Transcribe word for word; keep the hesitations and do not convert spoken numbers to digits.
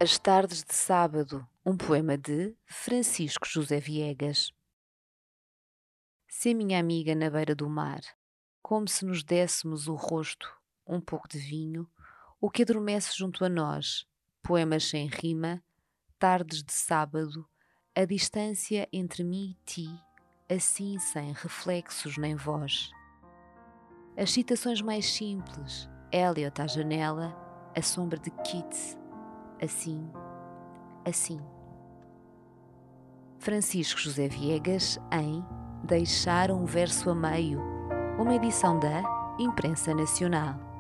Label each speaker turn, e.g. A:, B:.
A: As Tardes de Sábado, um poema de Francisco José Viegas. Sê minha amiga na beira do mar, como se nos dessemos o rosto, um pouco de vinho, o que adormece junto a nós, poemas sem rima, tardes de sábado, a distância entre mim e ti, assim sem reflexos nem voz. As citações mais simples, Eliot à janela, a sombra de Keats, assim, assim. Francisco José Viegas em Deixar um verso a meio, uma edição da Imprensa Nacional.